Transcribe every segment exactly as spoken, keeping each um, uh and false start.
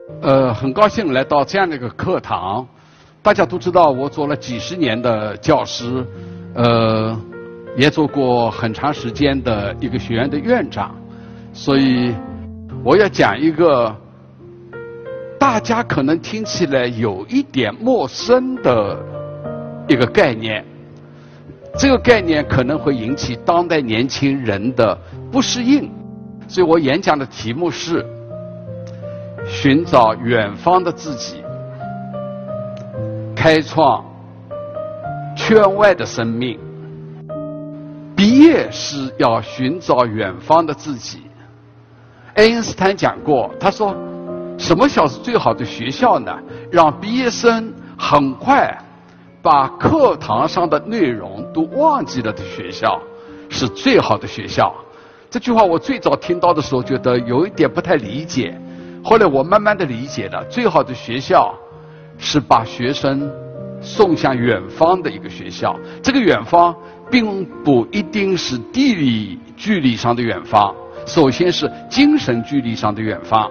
呃，很高兴来到这样的一个课堂。大家都知道，我做了几十年的教师，呃，也做过很长时间的一个学院的院长，所以我要讲一个大家可能听起来有一点陌生的一个概念。这个概念可能会引起当代年轻人的不适应，所以我演讲的题目是寻找远方的自己，开创圈外的生命。毕业是要寻找远方的自己。爱因斯坦讲过，他说什么校是最好的学校呢？让毕业生很快把课堂上的内容都忘记了的学校是最好的学校。这句话我最早听到的时候觉得有一点不太理解，后来我慢慢的理解了，最好的学校是把学生送向远方的一个学校。这个远方并不一定是地理距离上的远方，首先是精神距离上的远方。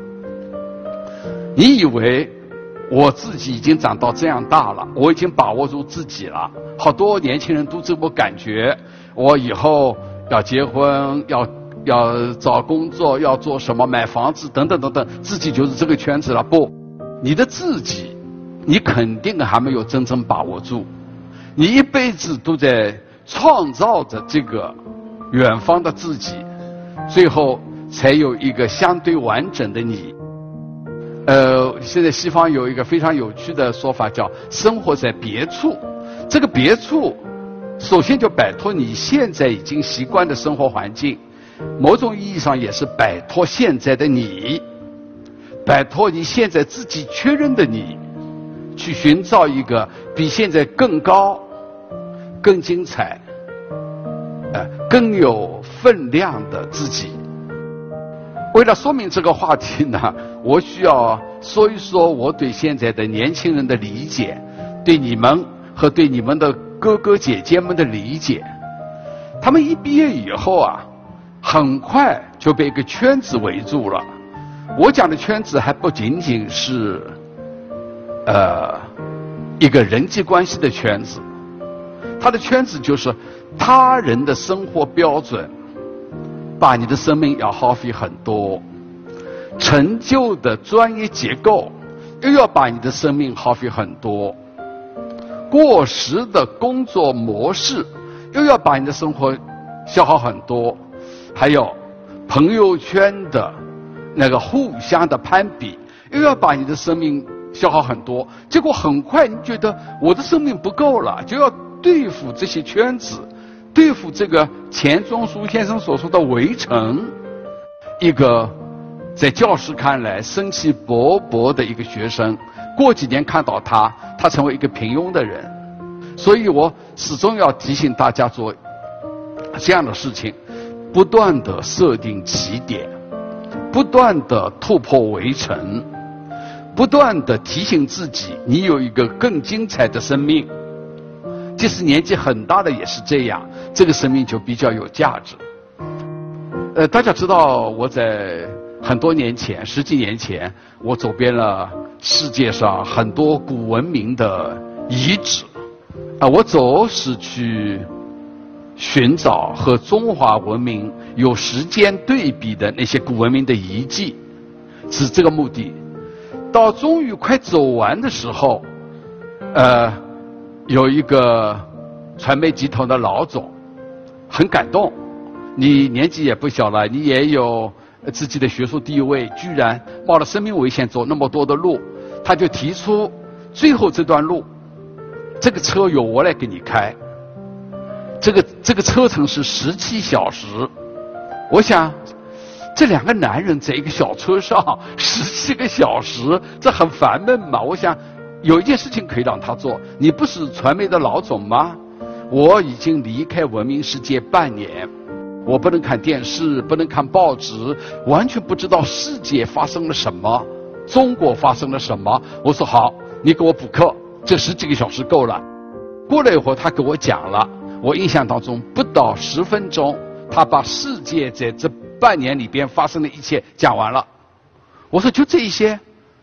你以为我自己已经长到这样大了，我已经把握住自己了，好多年轻人都这么感觉，我以后要结婚，要要找工作，要做什么，买房子等等等等，自己就是这个圈子了。不，你的自己你肯定还没有真正把握住，你一辈子都在创造着这个远方的自己，最后才有一个相对完整的你。呃，现在西方有一个非常有趣的说法，叫生活在别处。这个别处首先就摆脱你现在已经习惯的生活环境，某种意义上也是摆脱现在的你，摆脱你现在自己确认的你，去寻找一个比现在更高、更精彩、呃、更有分量的自己。为了说明这个话题呢，我需要说一说我对现在的年轻人的理解，对你们和对你们的哥哥姐姐们的理解。他们一毕业以后啊，很快就被一个圈子围住了。我讲的圈子还不仅仅是呃一个人际关系的圈子，他的圈子就是他人的生活标准把你的生命要耗费很多，陈旧的专业结构又要把你的生命耗费很多，过时的工作模式又要把你的生活消耗很多，还有朋友圈的那个互相的攀比又要把你的生命消耗很多。结果很快你觉得我的生命不够了，就要对付这些圈子，对付这个钱钟书先生所说的围城。一个在教师看来生气勃勃的一个学生，过几年看到他，他成为一个平庸的人。所以我始终要提醒大家做这样的事情，不断的设定起点，不断的突破围城，不断的提醒自己你有一个更精彩的生命。即使年纪很大的也是这样，这个生命就比较有价值。呃，大家知道我在很多年前，十几年前，我走遍了世界上很多古文明的遗址。啊，我走是去寻找和中华文明有时间对比的那些古文明的遗迹，是这个目的。到终于快走完的时候，呃，有一个传媒集团的老总很感动，你年纪也不小了，你也有自己的学术地位，居然冒了生命危险走那么多的路，他就提出最后这段路，这个车由我来给你开，这个这个车程是十七小时。我想这两个男人在一个小车上十七个小时，这很烦闷嘛。我想有一件事情可以让他做，你不是传媒的老总吗？我已经离开文明世界半年，我不能看电视，不能看报纸，完全不知道世界发生了什么，中国发生了什么。我说好，你给我补课，这十几个小时够了。过了一会儿他给我讲了，我印象当中不到十分钟，他把世界在这半年里边发生的一切讲完了。我说就这一些？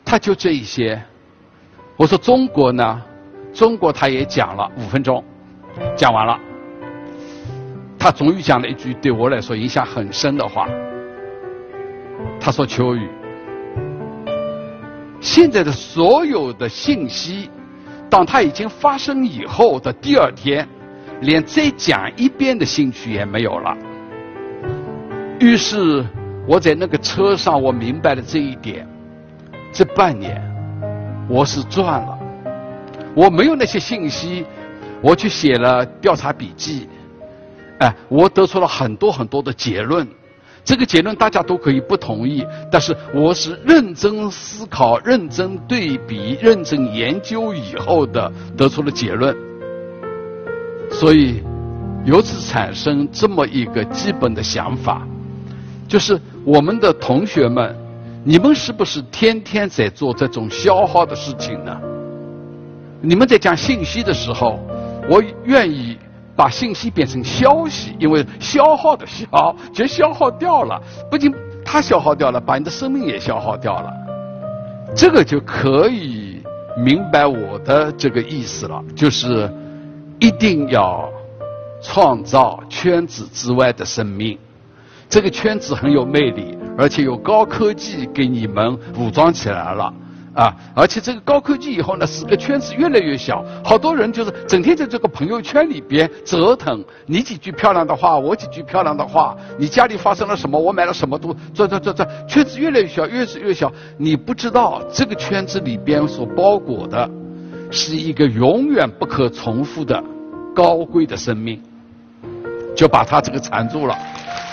他就这一些。我说中国呢，中国他也讲了五分钟，讲完了。他终于讲了一句对我来说影响很深的话。他说：“秋雨，现在的所有的信息，当它已经发生以后的第二天，连再讲一遍的兴趣也没有了。”于是我在那个车上，我明白了这一点。这半年我是赚了，我没有那些信息，我去写了调查笔记，哎，我得出了很多很多的结论。这个结论大家都可以不同意，但是我是认真思考、认真对比、认真研究以后的得出了结论。所以由此产生这么一个基本的想法，就是我们的同学们，你们是不是天天在做这种消耗的事情呢？你们在讲信息的时候，我愿意把信息变成消息，因为消耗的消就消耗掉了，不仅它消耗掉了，把你的生命也消耗掉了。这个就可以明白我的这个意思了，就是一定要创造圈子之外的生命。这个圈子很有魅力，而且有高科技给你们武装起来了。啊，而且这个高科技以后呢，使个圈子越来越小，好多人就是整天在这个朋友圈里边折腾，你几句漂亮的话，我几句漂亮的话，你家里发生了什么，我买了什么，都转转转转，圈子越来越小，越是越小，你不知道这个圈子里边所包裹的是一个永远不可重复的高贵的生命，就把它这个缠住了。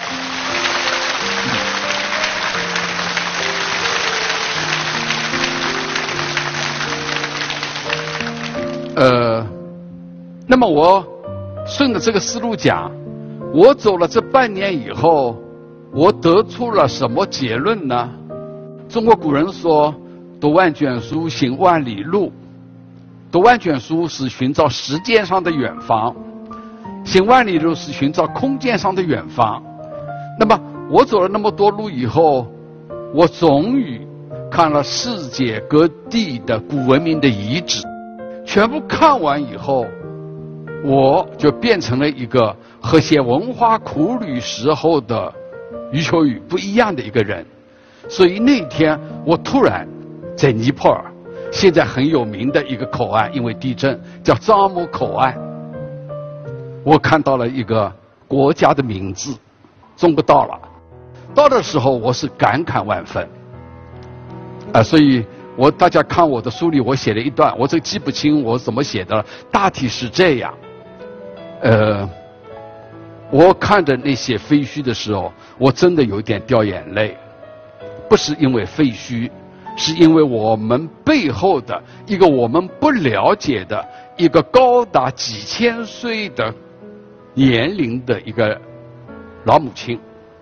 呃，那么我顺着这个思路讲，我走了这半年以后，我得出了什么结论呢？中国古人说：“读万卷书，行万里路。”读万卷书是寻找时间上的远方，行万里路是寻找空间上的远方。那么我走了那么多路以后，我终于看了世界各地的古文明的遗址。全部看完以后，我就变成了一个和写文化苦旅时候的余秋雨不一样的一个人。所以那天我突然在尼泊尔，现在很有名的一个口岸，因为地震叫樟木口岸，我看到了一个国家的名字，中国到了。到的时候我是感慨万分啊，所以我大家看我的书里，我写了一段，我这个记不清我怎么写的了，大体是这样。呃，我看着那些废墟的时候，我真的有点掉眼泪，不是因为废墟，是因为我们背后的一个我们不了解的一个高达几千岁的年龄的一个老母亲。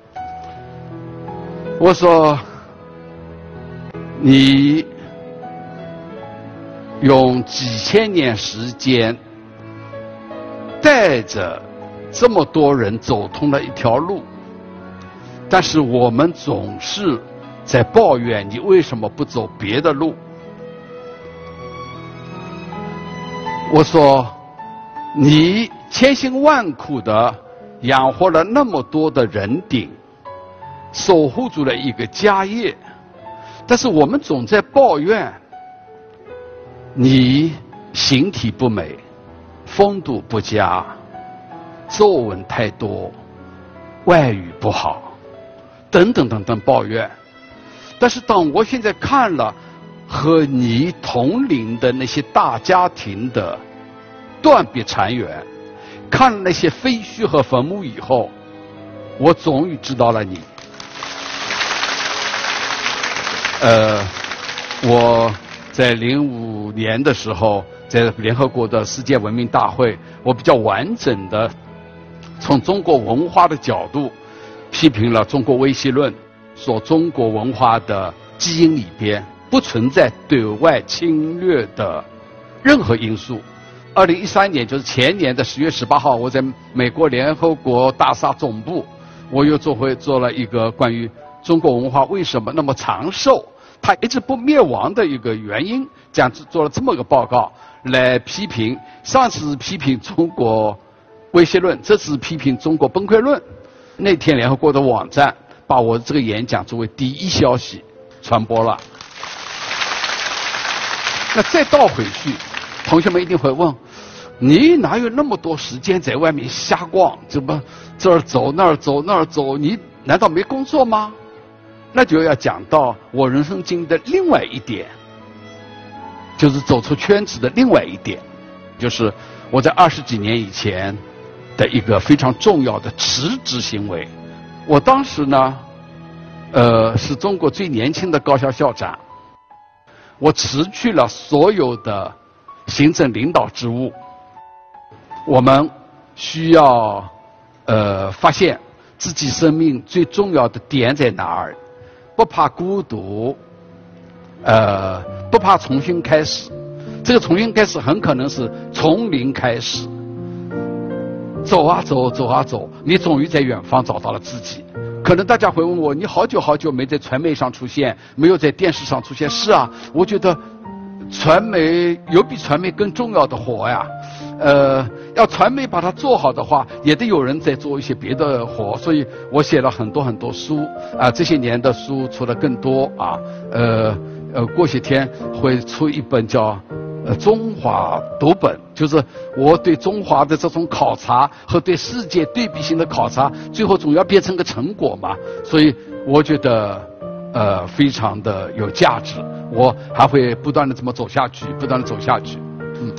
我说，你用几千年时间带着这么多人走通了一条路，但是我们总是在抱怨你为什么不走别的路。我说，你千辛万苦的养活了那么多的人丁，守护住了一个家业，但是我们总在抱怨你形体不美，风度不佳，皱纹太多，外语不好，等等等等抱怨。但是当我现在看了和你同龄的那些大家庭的断壁残垣，看了那些废墟和坟墓以后，我终于知道了你。呃，我在零五年的时候，在联合国的世界文明大会，我比较完整的从中国文化的角度批评了中国微系论，说中国文化的基因里边不存在对外侵略的任何因素。二零一三年，就是前年的十月十八号，我在美国联合国大厦总部，我又做回做了一个关于中国文化为什么那么长寿它一直不灭亡的一个原因，这样做了这么个报告来批评。上次批评中国威胁论，这次批评中国崩溃论。那天联合国的网站把我这个演讲作为第一消息传播了。那再倒回去，同学们一定会问，你哪有那么多时间在外面瞎逛，怎么这儿走那儿走那儿走，你难道没工作吗？那就要讲到我人生经历的另外一点，就是走出圈子的另外一点，就是我在二十几年以前的一个非常重要的辞职行为。我当时呢，呃，是中国最年轻的高校校长，我辞去了所有的行政领导职务。我们需要呃发现自己生命最重要的点在哪儿，不怕孤独，呃，不怕重新开始。这个重新开始很可能是从零开始，走啊走，走啊走，你终于在远方找到了自己。可能大家会问我，你好久好久没在传媒上出现，没有在电视上出现。是啊，我觉得传媒有比传媒更重要的活呀。呃，要传媒把它做好的话，也得有人在做一些别的活。所以我写了很多很多书啊，这些年的书出的更多啊。呃呃，过些天会出一本叫呃中华读本，就是我对中华的这种考察和对世界对比性的考察，最后总要变成个成果嘛。所以我觉得呃非常的有价值，我还会不断的这么走下去，不断的走下去。嗯。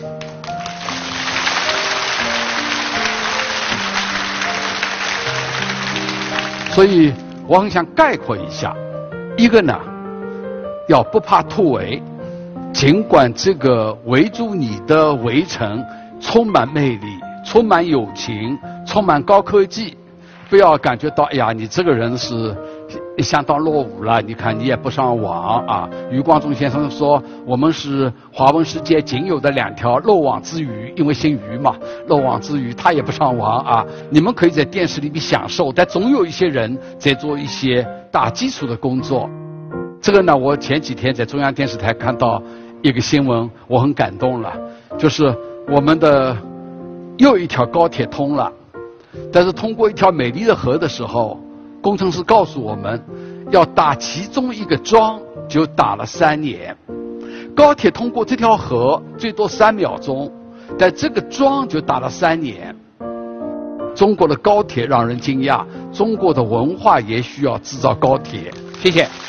所以我很想概括一下，一个呢，要不怕突围，尽管这个围住你的围城充满魅力、充满友情、充满高科技，不要感觉到哎呀，你这个人是相当落伍了，你看你也不上网啊。余光中先生说，我们是华文世界仅有的两条漏网之鱼，因为姓余嘛，漏网之鱼，他也不上网啊。你们可以在电视里面享受，但总有一些人在做一些打基础的工作。这个呢，我前几天在中央电视台看到一个新闻，我很感动了，就是我们的又一条高铁通了，但是通过一条美丽的河的时候，工程师告诉我们，要打其中一个桩就打了三年。高铁通过这条河最多三秒钟，但这个桩就打了三年。中国的高铁让人惊讶，中国的文化也需要制造高铁。谢谢。